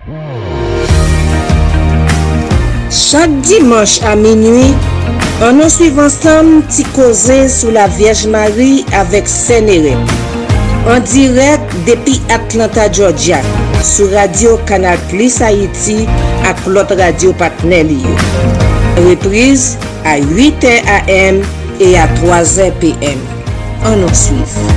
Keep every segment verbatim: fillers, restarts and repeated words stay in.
Chaque dimanche à minuit, on nous suit ensemble petit causer sous la Vierge Marie avec Sénéré. En direct depuis Atlanta, Georgia, sur Radio Canal Plus Haïti avec l'autre radio partenaire. Reprise à huit heures A M et à trois heures P M. On nous suit.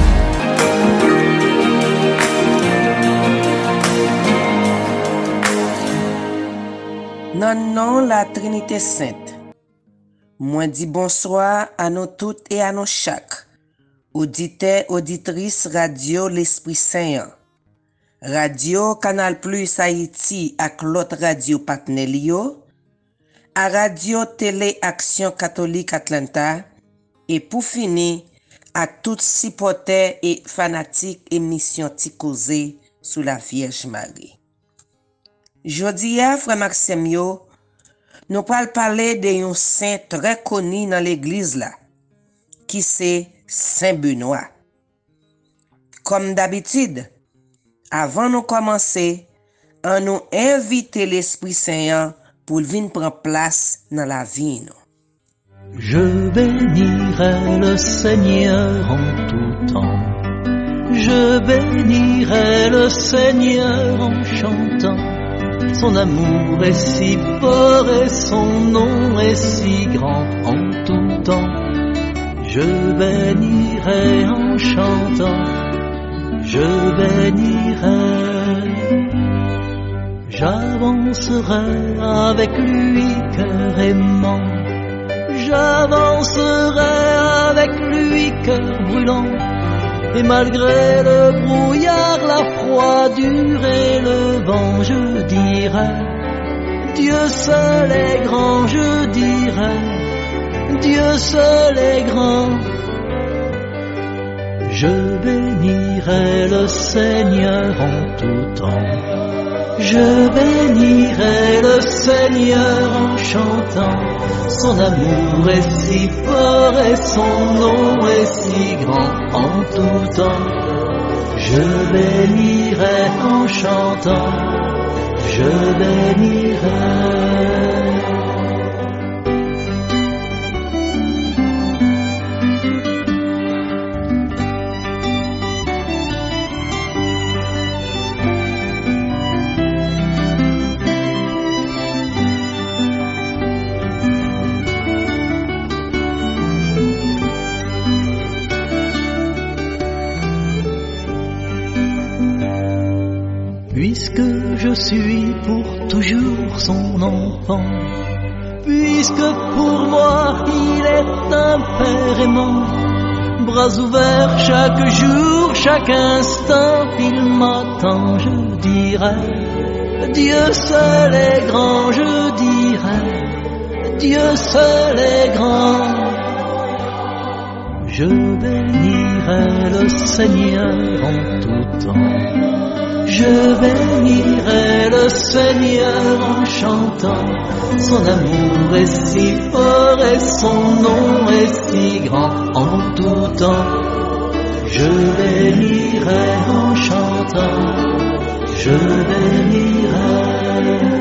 Non, non, la Trinité Sainte. Moi dis bonsoir à nous toutes et à nous chaque. Auditeurs, auditrices, radio l'Esprit Saint. Radio Canal Plus Haïti avec l'autre radio partenaire. À Radio Télé Action Catholique Atlanta. Et pour finir, à tous supporters et fanatiques émission Tikosé sous la Vierge Marie. Jodi a, frère Maxime yo, nous parlons parler de un saint très connu dans l'église là, qui c'est Saint Benoît. Comme d'habitude, avant de commencer, on nous invite l'Esprit Saint pour venir prendre place dans la vie. Je bénirai le Seigneur en tout temps. Je bénirai le Seigneur en chantant. Son amour est si fort et son nom est si grand en tout temps. Je bénirai en chantant, je bénirai. J'avancerai avec lui cœur aimant. J'avancerai avec lui cœur brûlant. Et malgré le brouillard, la froidure et le vent, je dirai, Dieu seul est grand, je dirai, Dieu seul est grand. Je bénirai le Seigneur en tout temps. Je bénirai le Seigneur en chantant. Son amour est si fort et son nom est si grand en tout temps. Je bénirai en chantant. Je bénirai. Puisque je suis pour toujours son enfant, puisque pour moi il est un père aimant, bras ouverts chaque jour, chaque instant il m'attend, je dirai, Dieu seul est grand, je dirai, Dieu seul est grand. Je bénirai le Seigneur en tout temps. Je bénirai le Seigneur en chantant. Son amour est si fort et son nom est si grand en tout temps. Je bénirai en chantant. Je bénirai.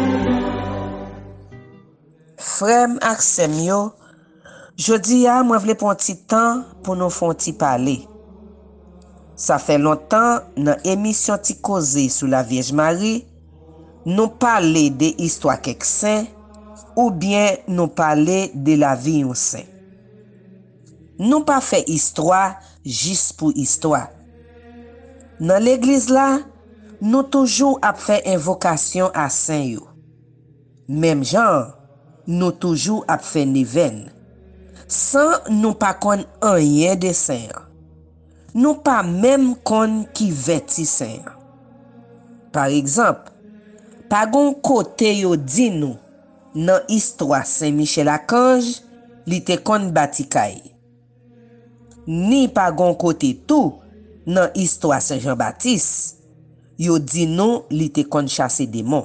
Frère Maxime yo, jodi a moi vle prendre petit temps pour nous faire un petit parler. Ça fait longtemps dans émission Tikosé sous la Vierge Marie, nous parler de histoire quelques saints ou bien nous parler de la vie d'un saint. Nous pas fait histoire juste pour histoire. Dans l'église là, nous toujours a fait invocation à saint yo. Même genre, nous toujours a fait neven. Sans nous pas connaître rien de saint. Nous pas même kon qui vêti saint. Par exemple, pas gon côté yo di nous dans histoire Saint Michel Archange, li te kon bati kay. Ni pas gon côté tout dans histoire Saint Jean-Baptiste, yo di nous li te kon chasser démon.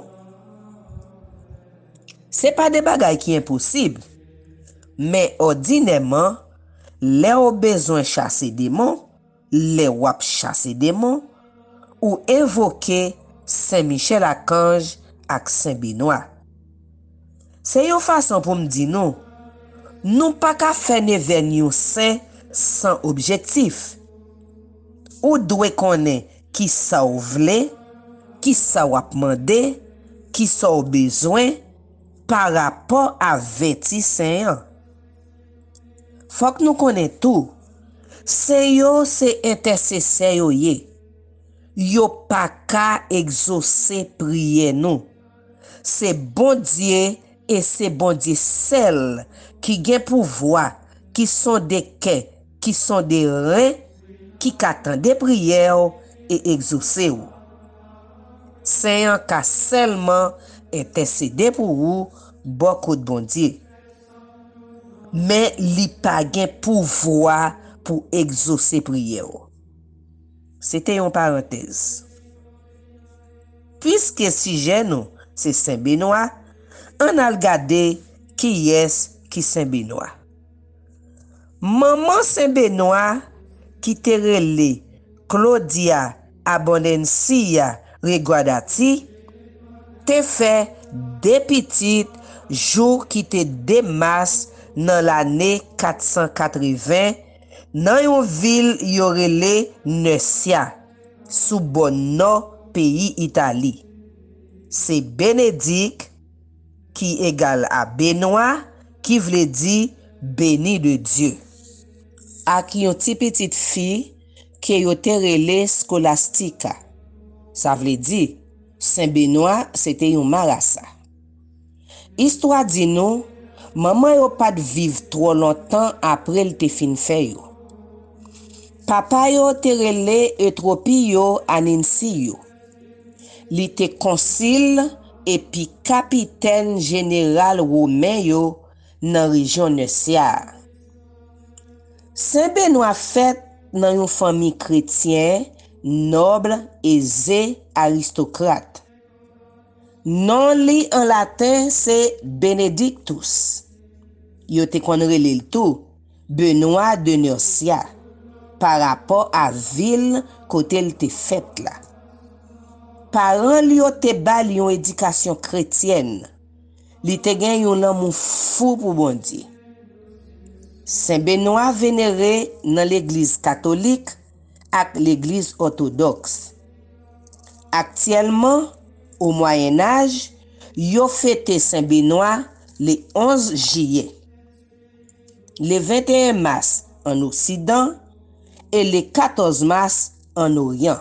C'est pas des bagailles qui impossible, mais ordinairement, les ont besoin chasser démon, les wap chasser démon ou invoquer Saint Michel Archange ak Saint-Benoît. C'est une façon pour me dire non. Nous pas qu'à faire un événement saint sans objectif. Ou doit connaître qui ça ou vle, qui ça ou demandé, qui ça ou besoin par rapport à vêti saint. Faut que nous connaissons tout. C'est yo c'est intercesseur yo ye. Yo pas qu'à exaucer prière nous. C'est bon Dieu et c'est bon Dieu seul qui gen pouvoir, qui sont des cœurs, qui sont des reins, qui attendent des prières et exaucer ou. C'est un cas seulement intercéder pour vous, beaucoup de bon Dieu. Mais li pa gen pouvoir pour exaucer prière. C'était une parenthèse. Puisque sujet nous, c'est Saint-Benoît, on a regardé qui est qui Saint-Benoît. Maman Saint-Benoît qui te relé Claudia Abondencia Reguadati te fait des petites jours qui te démassent dans l'année quatre cent quatre-vingts dans une ville yorele Nessia sous Bonno pays Italie. C'est Bénédicte qui égale à Benoît qui veut dire béni de Dieu. A qui yon ti petite fille qui yo te relé Scholastica. Ça veut dire Saint-Benoît c'était yon marassa. Histoire dit nous maman yo pas de vivre trop longtemps après le te fin fait yo. Papa yo te relé Eutropie yo Aninsi yo. Li te consul et puis capitaine général romain yo dans région Nessia. Saint-Benoît fait dans une famille chrétienne noble, aisée, aristocrate. Non li en latin c'est Benedictus. Yo te kon relé tout Benoît de Nursia par rapport à ville côté il te fait là. Parents li yo te bal yon éducation chrétienne. Li te gen yon amour fou pour bon Dieu. Saint-Benoît vénéré dans l'église catholique ak l'église orthodoxe. Actuellement, au Moyen Âge, yo fêté Saint-Benoît le onze juillet, le vingt et un mars en Occident et le quatorze mars en Orient.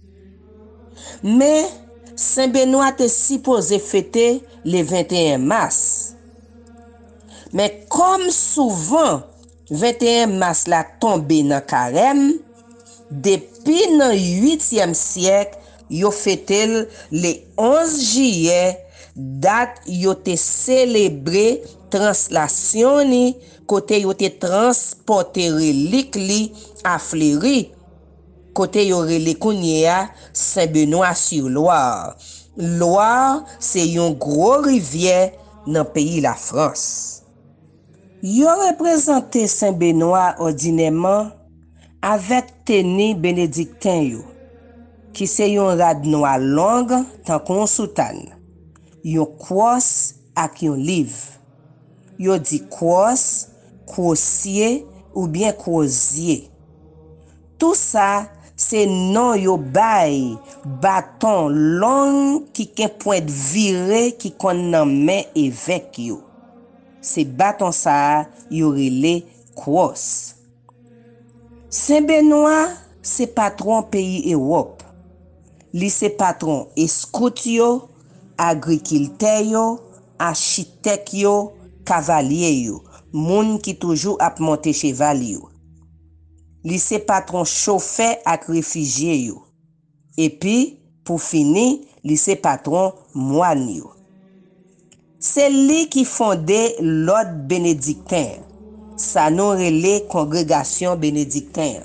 Mais Saint-Benoît est supposé fêter le vingt et un mars. Mais comme souvent vingt et un mars la tombé dans carême, depuis le huitième siècle, yo fêté le onze juillet, date yo te célébré translation ni côté yo te transporter relique li à Fleury côté yo relé kounya Saint-Benoît sur Loire. Loire c'est une grosse rivière dans pays la France. Yo représenté Saint-Benoît ordinairement avec tenue bénédictin yo qui c'est yon rad noir long tant qu'on soutane. Yon cross ak yon livre. Yo dit cross, crossier ou bien croisier. Tout ça c'est non yo bay bâton long qui ken point viré qui kon nan main évêque yo. C'est bâton ça yo relé cross. Saint-Benoît c'est patron pays Europe. Li c'est patron escout yo, agriculteur yo, architecte yo, cavalier yo, moun qui toujours ap monter cheval yo. Li c'est patron chauffeur ak réfugié yo. Et puis pour finir, li c'est patron moine yo. C'est lui qui fondé l'ordre bénédictin. Ça nous relé congrégation bénédictin.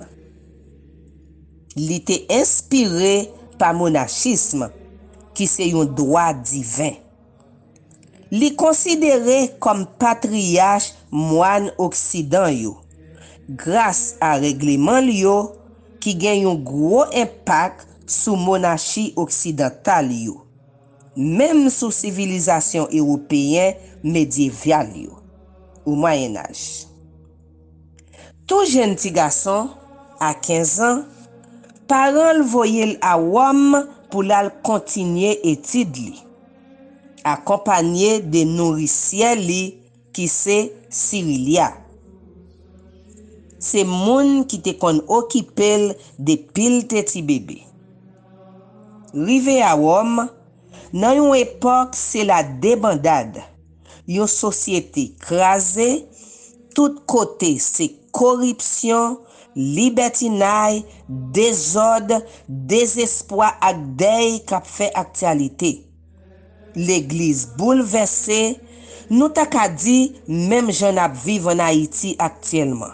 Li était inspiré par monachisme qui c'est un droit divin. Li considéré comme patriarche moine occident yo grâce à règlement yo qui gagne un gros impact sur monarchie occidentale yo même sous civilisation européenne médiévale yo, au Moyen Âge. Tout jeune petit garçon à quinze ans, parents voyait à Rome pour la continuer étude li, accompagné de nourriciers li qui c'est Cyrilia. C'est moun qui te kon occupé de pile petit bébé. Rivé à Rome, dans une époque c'est la débandade, une société crasée, tout côté c'est corruption, libertinage, désordre, désespoir ak deuil k'ap fait actualité. L'église bouleversée, nous ta ka di même j'en ap vive en Haïti actuellement.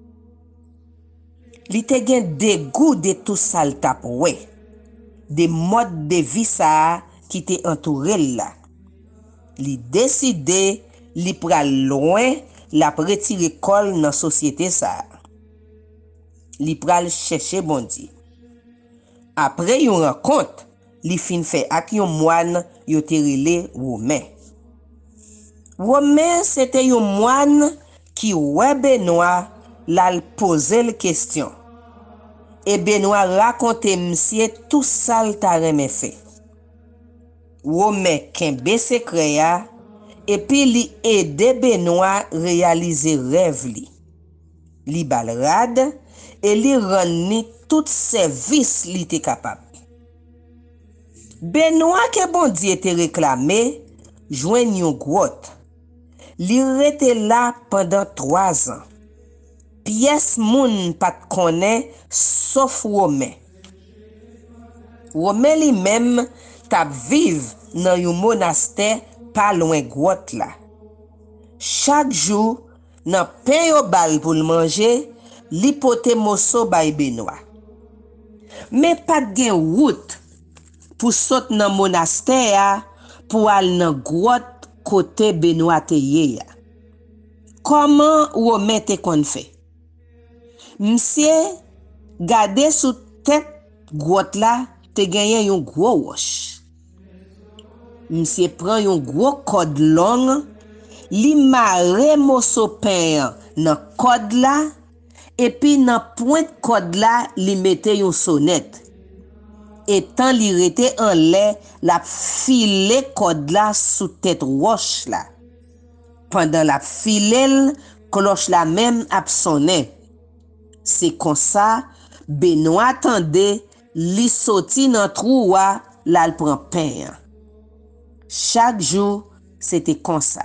Li te gen dégoût de tout ça l tap wè, de mode de vie ça qui te entouré là. Li décidé li pral loin la retire kol dans société ça. Li pral chercher bon Dieu. Après yon rencontre, li fin fait ak yon moine yo te rele Romain. Romain c'était yon moine qui wè Benoît la poser le question. Et Benoît raconte m'sieur tout ça l ta remè fait. Romain kembe secret ya et puis li aide Benoît réaliser rêve li. Li bal rad et li rend tout service li te capable. Benoît que bon Dieu te réclamé, joine yon grotte. Li rete là pendant trois ans. Pièce moun pat connaît sauf Romain. Romain li même tap vive dans yon monastère pas loin grotte là. Chaque jour, nan pain yo bal pour le manger, li pote moso bay Benoît. Mais pas gen route pour saute dans monastère pour al nan grotte côté Benoît te ye ya. Comment Romain te kon fait? M'sieur gade sous tête grotte là te genyen yon gros roche. M'sieur prend yon gros code long, li mare moso pain nan code là et puis nan pointe code là li mette yon sonnette. Et tant li rete en l'air, la file code là sous tête roche là. Pendant la filel, cloche la même ap sonné. C'est comme ça, Benoît tande, li soti nan trou wa, la l prend pain. Chaque jour, c'était comme ça.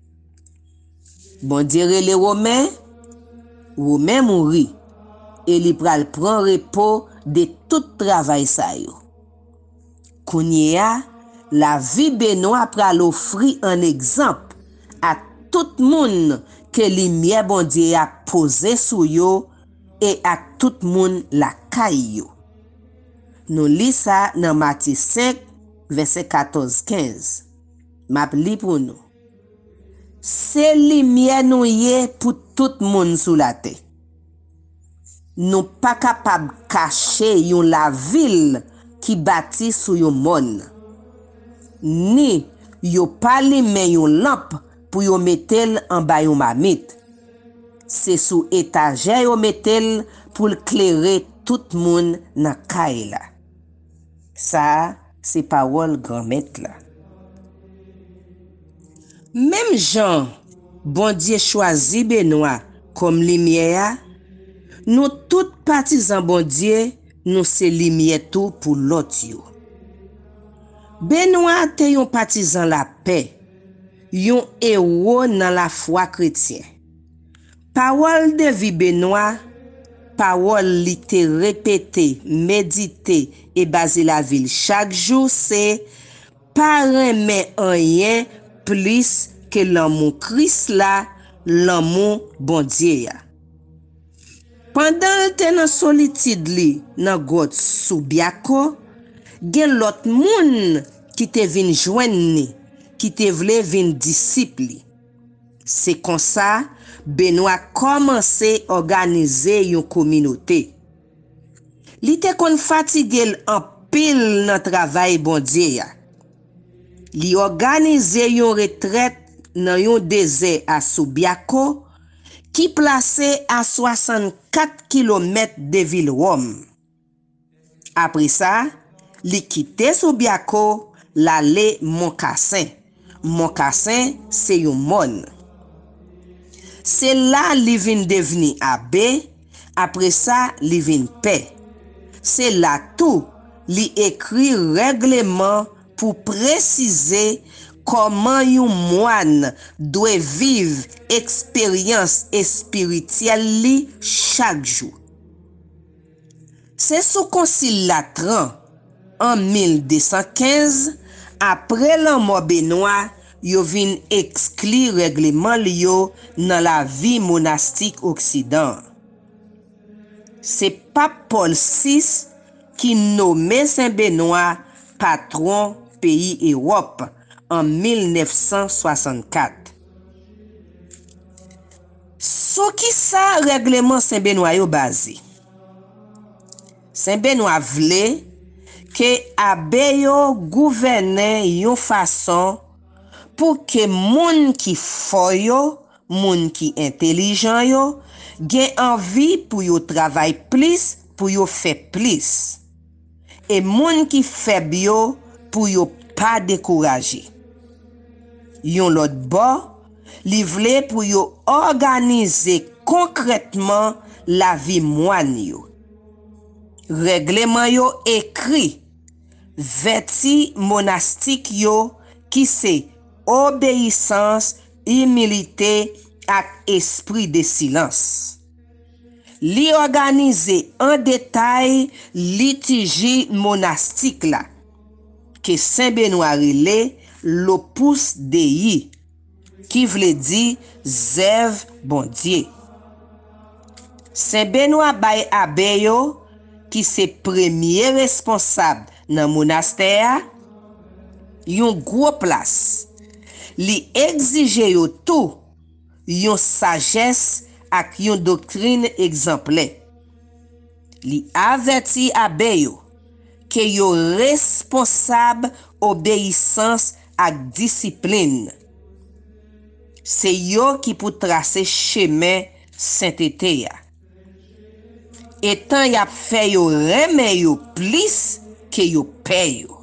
Bon dire les Romains, Romain mouri, et li pral prend repos de tout travail sa yo. Kounye a, la vie Benoît pral offri un exemple à tout moun que lumière bon Dieu a posé sou yo et à tout moun la kay yo. Nous li ça dans Matthieu cinq verset quatorze quinze. M'a li pour nous. C'est lumière nou yé pour tout moun sous la terre. Nous pas capable cacher yon la ville qui bâti sous yon mon. Ni yo pas li men yon lampe pour yo metel en bas yon mamite. C'est sous étagère yo metel pour éclairer tout moun nan kay la. Ça, c'est parole grand-mère là. Même Jean, bon Dieu choisi Benoît comme lumière, nous tous partisans bon Dieu, nous c'est lumière tout pour l'autre yo. Benoît te yon partisan la paix, yon héros dans la foi chrétienne. Parole de vie Benoît, parole li te répété, médité et basé la ville chaque jour, c'est pas remet rien plus que l'amour Christ là, l'amour bon Dieu. Pendant te nan solitude li nan got Subiaco, gen lot moun qui te vin joindre, qui te vle vin disciple. C'est comme ça Benoît commencé organiser une communauté. Li te kon fatigué en pile nan travail bon Dieu. li organize yon retraite dans yon désert à Subiaco qui placé à soixante-quatre kilomètres de ville Rome. Après ça, li quitte Subiaco l'aller Moncassin. Moncassin c'est yon mon. C'est là li vin deveni abbé, après ça li vin paix. C'est là tout li écrit règlement pour préciser comment yon moine doit vivre expérience spirituelle li chaque jour. C'est sous concile Latran en mille deux cent quinze après la mort Benoît yo vin exclure règlement yo dans la vie monastique occident. C'est pape Paul six qui nommait Saint Benoît patron pays Europe en mille neuf cent soixante-quatre. So qui ça règlement Saint Benoît yo basé? Saint Benoît vle que abbé yo gouverne yon façon pour que moun qui fort yo, moun qui intelligent yo, gen envie pour yo travail plus, pour yo fait plus. Et moun qui faible yo pour yo pas décourager. Yon l'autre bord, li vle pour yo organiser concrètement la vie moine yo. Règlement yo écrit verti monastique yo qui c'est obéissance, humilité et esprit de silence. Li organiser en détail liturgie monastique là que Saint Benoît relè l'opus Dei qui veut dire zèv bon Dieu. Saint Benoît bay abbé yo qui c'est premier responsable dans monastère yon gros place. Li exige yo tout yon sagesse ak yon doctrine exemplaire. Li averti abbé yo que yo responsable obéissance ak discipline. C'est yo qui pour tracer chemin sainteté ya. Et tant y a fait yo reme yo plus que yo paye yo.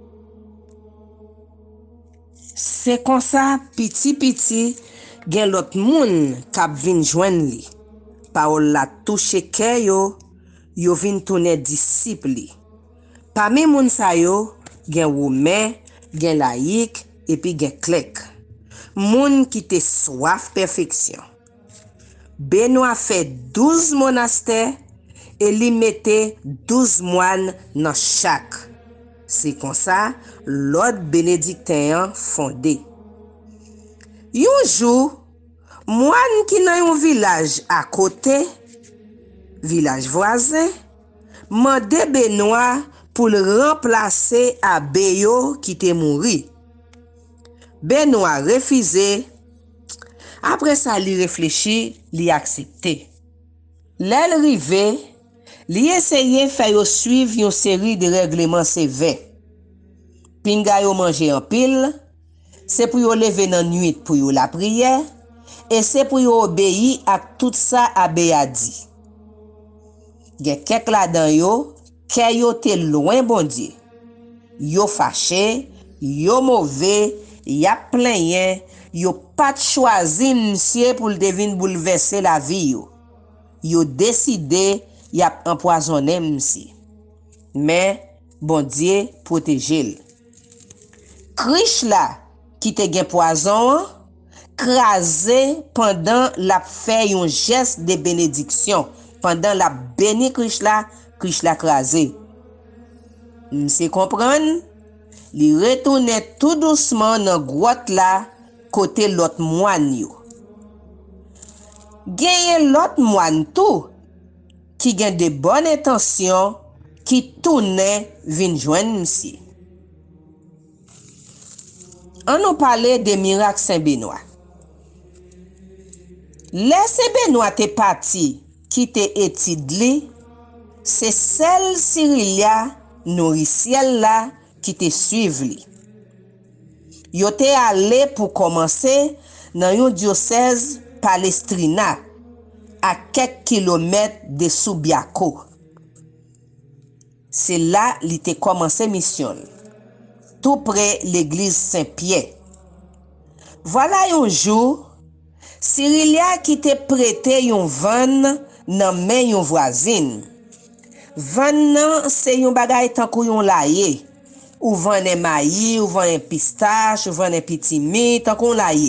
C'est comme ça petit petit gen l'autre moun k'ap vin joine li. Parole la touche ke yo, yo vin tourner disciple li. Parmi moun sa yo, gen Romain, gen laïc et puis gen clerc. Moun qui te soif perfection. Benoît fait douze monastères et li mette douze moines dans chaque. C'est comme ça l'ordre bénédictin fondé. Yon jour, moine qui dans un village à côté, village voisin, mande Benoît pour le remplacer abbé yo qui te mouri. Benoît refusé. Après ça, li réfléchi, li accepté. L'elle rivé, li essaye faire yo suivre une série de règlements sévères. Pinga yo manger en pile, c'est pour yo lever dans nuit pour yo la prière et c'est pour yo obéir à tout ça abbé a dit. Gen kek la dan yo, ke yo te loin bon Dieu. Yo fâché, yo mauvais, ya plaigné, yo pas choisi monsieur pour le devine bouleverser la vie yo. Yo décidé y a empoisonné monsieur. Mais bon Dieu protégé. Krish la qui te gen poison crasé pendant la fait un geste de bénédiction. Pendant la béni Krish la, Krish la crasé. M'se comprendre? Li retourne tout doucement dans grotte là côté l'autre moine yo. Gen l'autre moine tout qui gen de bonnes intentions qui tourne vin joindre m'si. On nous parlait des miracles Saint-Benoît. Les Saint-Benoît te parti qui te étudie, c'est celle Cyrilia nourricielle là qui te suive li. yo te allé pour commencer dans un diocèse Palestrina à quelques kilomètres de Subiaco. C'est là qu'il a commencé mission, tout près l'église Saint-Pierre. Voilà un jour, Cyrilia qui te prêté un van nan men yon voisine. Van nan c'est yon bagay tankou yon laye. Ou van en maïs, ou van en pistache, ou van en pitimi, tankou yon laye.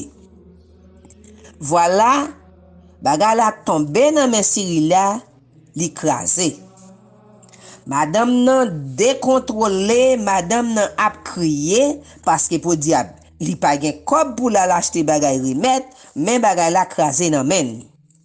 Voilà, bagay la tombe nan men Cyrilia, li krasé. Madame nan décontrôlé, madame nan ap crié parce que pour diable, li pa gen kob pou la l'acheter bagay remet, men bagay la krasé nan men.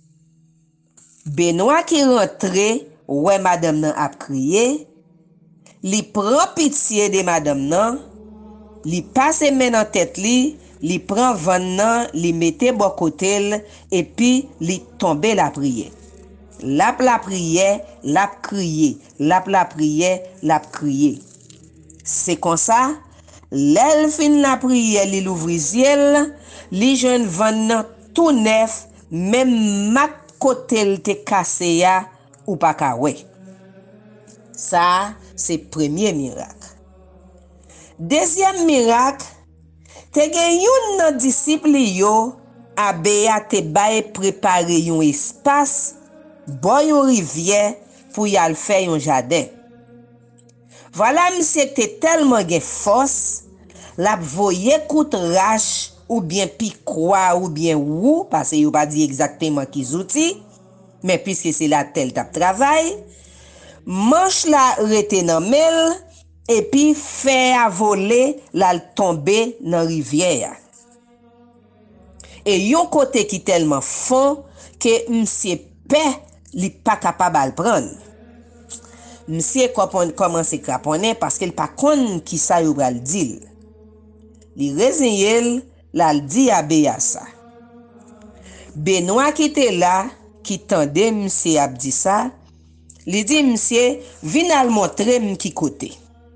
Benoît qui rentre, ouais madame nan ap crié, li prend pitié de madame nan, li passe men en tête li, li prend van nan, li mette bon côté et puis li tombe la prière. Lap la prière, lap crié, lap la prière, lap crié. C'est comme ça, l'elle fin la prière, li l'ouvri ciel, li jeune van nan tout neuf, même mak côté te cassé ya ou pas ka wè. Ça, c'est premier miracle. Deuxième miracle, te gen yon nan disciple yo, abeya te baye préparé yon espace, bon yon rivière pour y al faire yon jardin. Voilà monsieur te tellement gen force, la voye koute rache ou bien picroix ou bien ou parce que yo pas dit exactement qui outil, mais puisque c'est la tel tap travail, manche la rete nan mel et puis fait à voler la tomber dans rivière. Et yon côté qui tellement fond que monsieur pè li pas capable à le prendre. Monsieur commence à craponner parce qu'il pas konn qui ça yo pral dil. Li rezignel la dit à Béa ça. Benoît qui était là, qui tendait monsieur a dit ça, li dit monsieur vin al montrer m qui côté.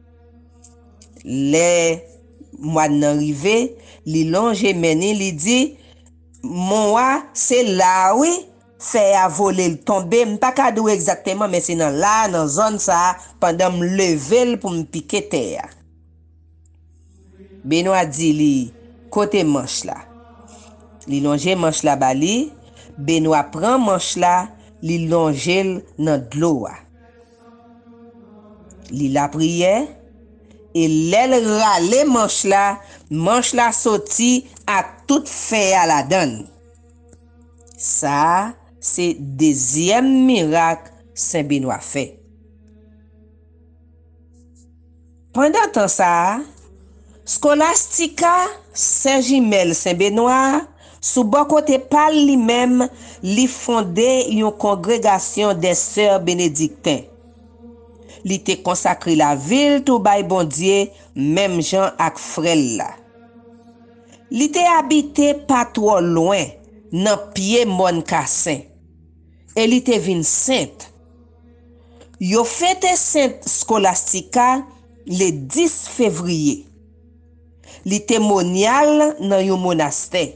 Les mois nan rive, li longe meni li dit moi c'est là oui. Fait à voler le tomber, m'pas ka dou exactement mais c'est dans là dans zone ça pendant me lever pour me piquer terre. Benoît dit li côté manche là. Li longe manche là bali, Benoît prend manche là, li longe dans de l'eau. Li la prière et l'elle rale manche là, manche là sorti à toute fait à la donne. Ça c'est deuxième miracle Saint Benoît fait. Pendant temps ça, Scholastica Saint-Gimel Saint Benoît sous bon côté par lui-même li fondé une congrégation des sœurs bénédictins. Li te consacré la ville tout bay bon Dieu même Jean ak frère là. Li te habité pas trop loin nan pied mon Cassin. Et li te vin sainte. Yo fête Sainte Scholastica le dix février. Li te monial nan yon monastère.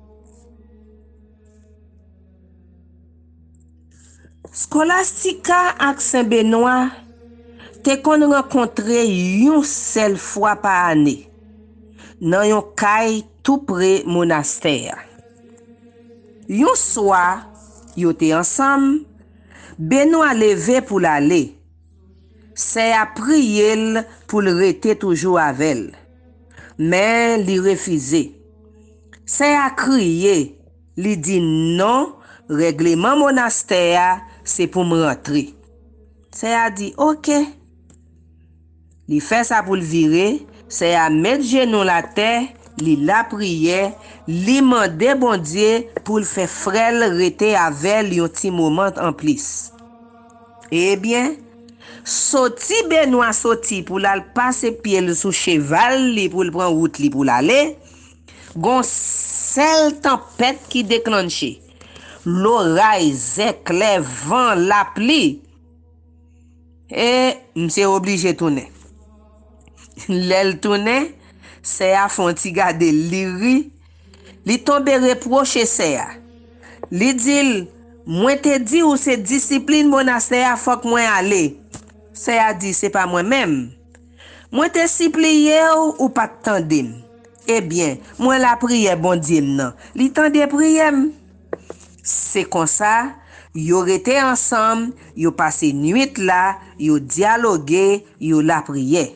Scholastica ak Saint Benoît te kon rencontre yon seul fois par année nan yon kay tout près monastère. Yon soir, yo te ensemble, Benoît levé pour l'aller. C'est à prier pour le rester toujours avec elle. Mais li refusé. C'est à crier, li dit non, règlement monastère, c'est pour me rentrer. C'est à dit OK. Li fait ça pour le virer, c'est à mettre genou la terre, li la prière, li mande bon Dieu pour le faire frêle rete avec yon ti moment en plus. Eh bien, sorti Benoît sorti pour la passer pied sous cheval li pour le prendre route li pour l'aller. Gon sel tempête qui déclenché. L'orage, éclair, vent, la pluie. Et m'se obligé tourner. L'elle tourner, c'est à font ti gade li ri, li tombe reproche c'est à. Li dit moi te dit ou c'est discipline monastère faut que moi aller. C'est à dit c'est pas moi même. Moi te supplié ou, ou pas tandem. Eh bien, moi la prière bon Dieu nan. Li tande prière. C'est comme ça, yo rete ensemble, yo passé nuit là, yo dialogué, yo la prière.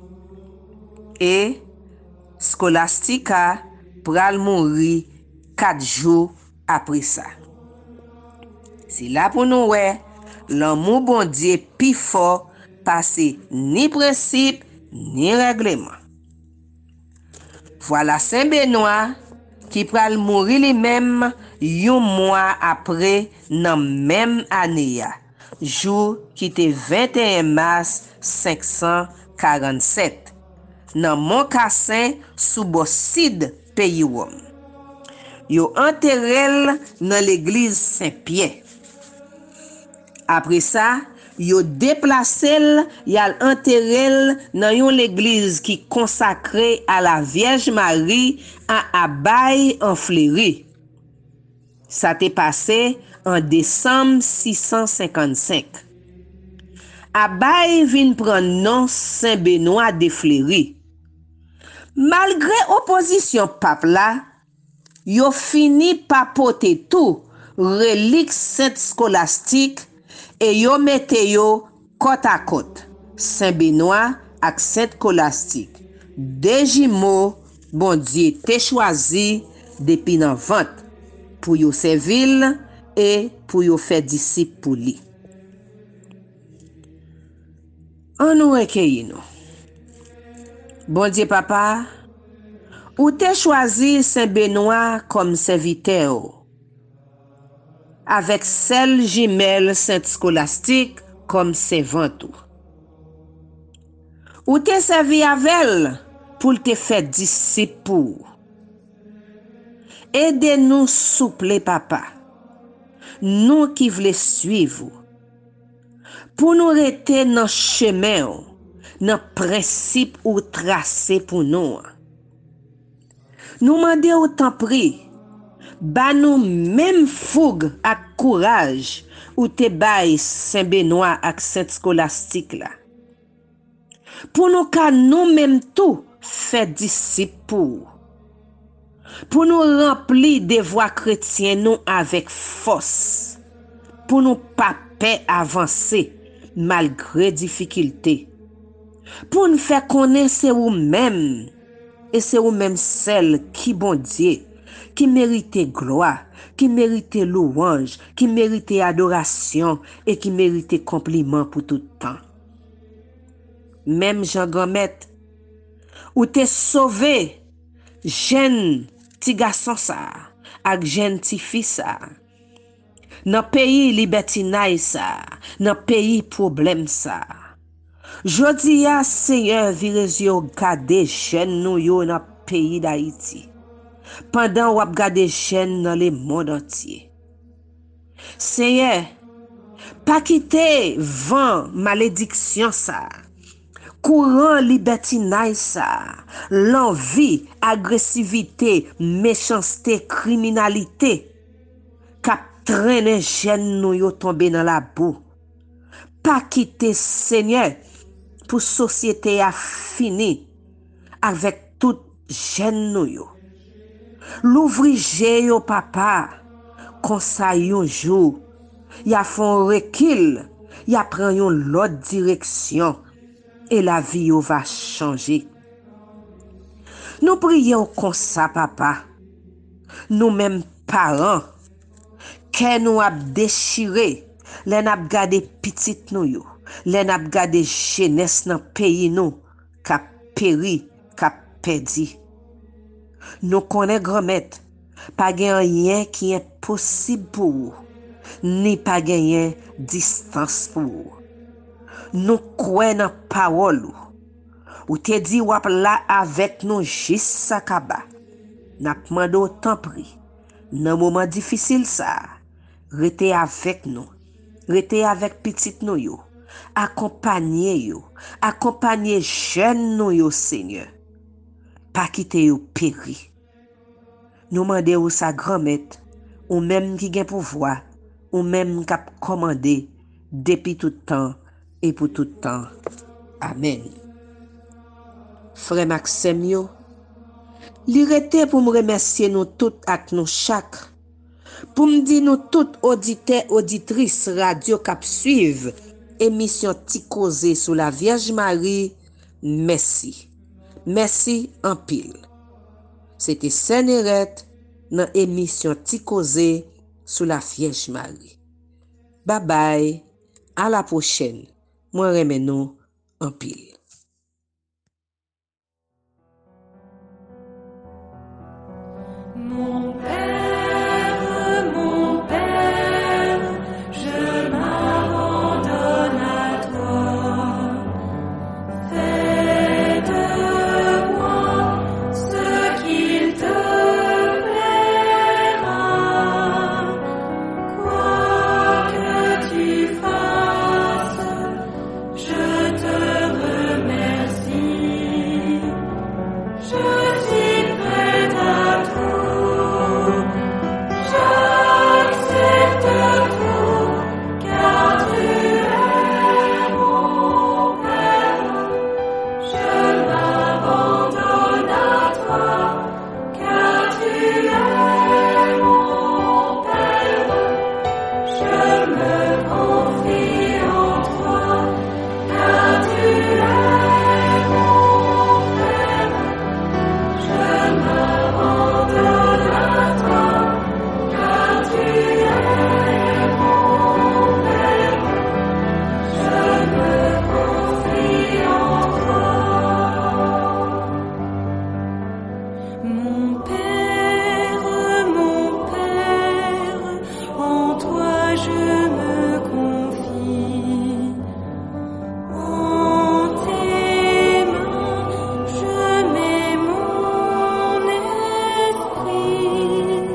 Et Scholastica pral mourir quatre jours après ça. C'est là pour nous ouais, l'amour bon Dieu pi fort passé ni principe ni règlement. Voilà Saint Benoît qui pral mourir lui-même un mois après dans même année, jour qui était vingt et un mars cinq cent quarante-sept, dans Mont-Cassin sous Bossid, pays Rome. Yo enterré dans l'église Saint-Pierre. Après ça, yo déplacé, yal enterré dans une église qui consacrée à la Vierge Marie à Abbaye en Fleury. Ça t'est passé en décembre six cent cinquante-cinq. Abbaye vient prendre nom Saint Benoît de Fleury. Malgré opposition pape là, yo fini par porter tout relique Sainte Scolastique et yo mette yo côte à côte. Saint Benoît ak Sainte Scolastique. Deux jumeaux, bon Dieu te choisi depuis nan vente pour yo servir et pour yo faire disciple pour lui. On nous recueille nous. Bon Dieu papa, ou te choisi Saint Benoît comme serviteur, avec celle jumelle Sainte Scolastique comme servante. Ou te servi avec elle pour te faire disciple pour. Aidez-nous souple papa, nous qui voulons suivre, pour nous rester dans chemin, dans principe ou tracé pour nous. Nous mandons autant prix, ba nous même fougue ak courage ou te bay Saint Benoît ak Sainte Scolastique là. Pour nous ka nous même tout fait disciple pour. Pour nous remplir des voies chrétiennes nous avec force. Pour nous pas paix avancer malgré difficulté. Pour nous faire connaître ou même. Et c'est ou même celle qui, bon Dieu, qui mérite gloire, qui mérite louange, qui mérite adoration et qui mérite compliment pour tout temps. Même Jean Gomet, ou t'es sauvé, jeune petit garçon ça, ak jeune petit fils ça, dans pays libertinage ça, dans pays problème ça. Jodi a Seigneur virez yo gade jeune nou yo dans pays d'Haïti. Pendant ou ap gade jeune dans le monde entier. Seigneur, pas quitter vent malédiction ça. Courant libertinage ça. L'envie, agressivité, méchanceté, criminalité. K'ap traîne jeune nou yo tomber dans la boue. Pas quitter Seigneur. Pour société a fini avec tout jeune nou yo. L'ouvrier yo papa, kon sa yon jour, y a fon recul, y a pran yon l'autre direction et la vie yo va changer. Nous prions comme ça papa. Nous même parents, que nous a déchiré, les n'ap gade petite nou yo. Les n'ap gade jeunesse dans pays nous k'ap péri, k'ap perdi. Nous connaît grand-mère, pas gen rien qui est possible pour vous, ni pas gen distance pour vous. Nous croyons dans parole ou te dit wap là avec nous juste ça kaba. N'a demandé autant prix. Dans moment difficile ça, rete avec nous. Rete avec petite nous yo. Accompagnez yo, accompagnez jeune nous yo Seigneur. pas quitter yo péri. Nous mandons ou sa grand-mère, ou même qui gen pouvoir, ou même cap commander depuis tout temps et pour tout temps. Amen. Frère Maxime yo, li rete pour me remercier nous toutes ak nous chaque, pour me dire nous toutes auditeurs auditrices radio cap suivre émission Ti Causer sur la Vierge Marie. Merci. Merci en pile. C'était Sénérette dans émission Ti Causer sur la Vierge Marie. Bye bye. À la prochaine. Moi remen nous en pile. Mon Père, mon Père, je m'abandonne à toi. Fais de moi ce qu'il te plaira. Quoi que tu fasses, je te remercie. Je suis prête à tout. J'accepte tout, car tu es mon Père. Je m'abandonne à toi, car tu es mon Père. Je me confie en toi, car tu es mon Père. Je m'abandonne à toi, car tu es mon Père. Je me confie en toi. Mon Père, mon Père, en toi je me confie. En tes mains, je mets mon esprit.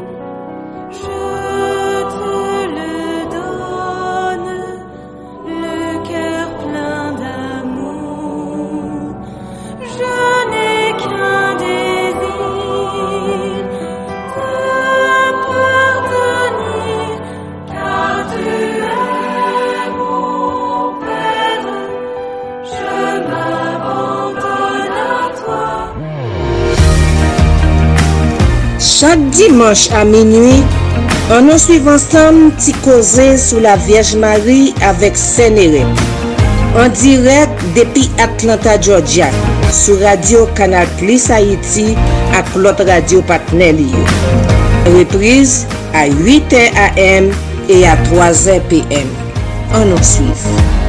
Je te le donne, le cœur plein d'amour. Je n'ai qu'un désir, te pardonner, car tu es mon Père. Je m'abandonne à toi. Chaque dimanche à minuit, on nous suit ensemble Ti Causer sur la Vierge Marie avec Sénérette. En direct depuis Atlanta, Georgia, sur Radio Canal Plus Haïti et l'autre radio partenaire. Reprise à huit heures a m et à trois heures p m. On nous suit.